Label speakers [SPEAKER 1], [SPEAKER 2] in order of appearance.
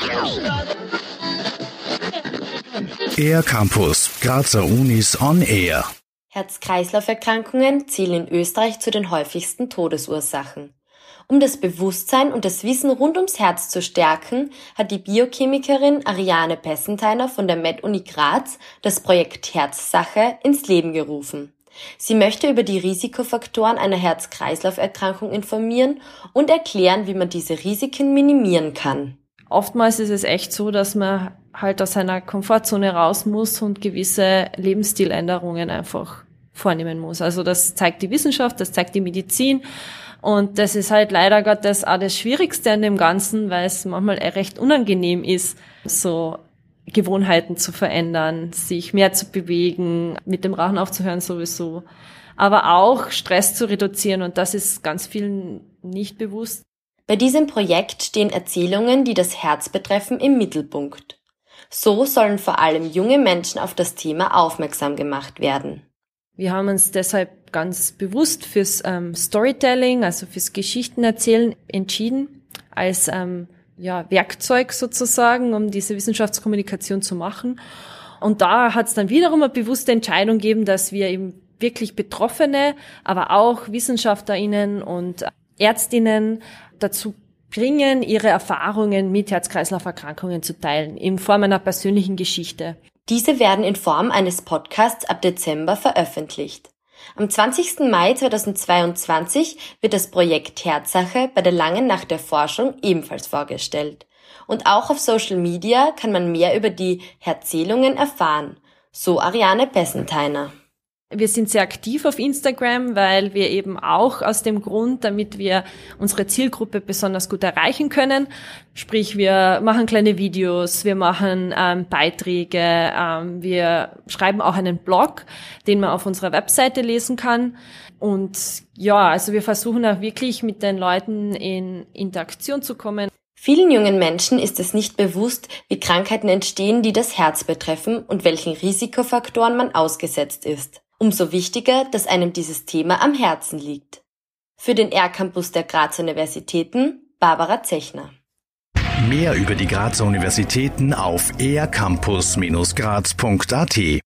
[SPEAKER 1] Air Campus, Grazer Unis on Air.
[SPEAKER 2] Herz-Kreislauf-Erkrankungen zählen in Österreich zu den häufigsten Todesursachen. Um das Bewusstsein und das Wissen rund ums Herz zu stärken, hat die Biochemikerin Ariane Pessentiner von der Med-Uni Graz das Projekt Herzsache ins Leben gerufen. Sie möchte über die Risikofaktoren einer Herz-Kreislauf-Erkrankung informieren und erklären, wie man diese Risiken minimieren kann.
[SPEAKER 3] Oftmals ist es echt so, dass man halt aus seiner Komfortzone raus muss und gewisse Lebensstiländerungen einfach vornehmen muss. Also das zeigt die Wissenschaft, das zeigt die Medizin. Und das ist halt leider Gottes auch das Schwierigste an dem Ganzen, weil es manchmal recht unangenehm ist, so Gewohnheiten zu verändern, sich mehr zu bewegen, mit dem Rauchen aufzuhören sowieso, aber auch Stress zu reduzieren, und das ist ganz vielen nicht bewusst.
[SPEAKER 2] Bei diesem Projekt stehen Erzählungen, die das Herz betreffen, im Mittelpunkt. So sollen vor allem junge Menschen auf das Thema aufmerksam gemacht werden.
[SPEAKER 3] Wir haben uns deshalb ganz bewusst fürs Storytelling, also fürs Geschichtenerzählen entschieden, als Werkzeug sozusagen, um diese Wissenschaftskommunikation zu machen. Und da hat es dann wiederum eine bewusste Entscheidung gegeben, dass wir eben wirklich Betroffene, aber auch WissenschaftlerInnen und ÄrztInnen dazu bringen, ihre Erfahrungen mit Herz-Kreislauf-Erkrankungen zu teilen, in Form einer persönlichen Geschichte.
[SPEAKER 2] Diese werden in Form eines Podcasts ab Dezember veröffentlicht. Am 20. Mai 2022 wird das Projekt Herzsache bei der Langen Nacht der Forschung ebenfalls vorgestellt. Und auch auf Social Media kann man mehr über die Erzählungen erfahren. So Ariane Pessentiner.
[SPEAKER 3] Wir sind sehr aktiv auf Instagram, weil wir eben auch aus dem Grund, damit wir unsere Zielgruppe besonders gut erreichen können, sprich wir machen kleine Videos, wir machen Beiträge, wir schreiben auch einen Blog, den man auf unserer Webseite lesen kann. Und ja, also wir versuchen auch wirklich mit den Leuten in Interaktion zu kommen.
[SPEAKER 2] Vielen jungen Menschen ist es nicht bewusst, wie Krankheiten entstehen, die das Herz betreffen und welchen Risikofaktoren man ausgesetzt ist. Umso wichtiger, dass einem dieses Thema am Herzen liegt. Für den Air-Campus der Grazer Universitäten, Barbara Zechner.
[SPEAKER 1] Mehr über die Grazer Universitäten auf aircampus-graz.at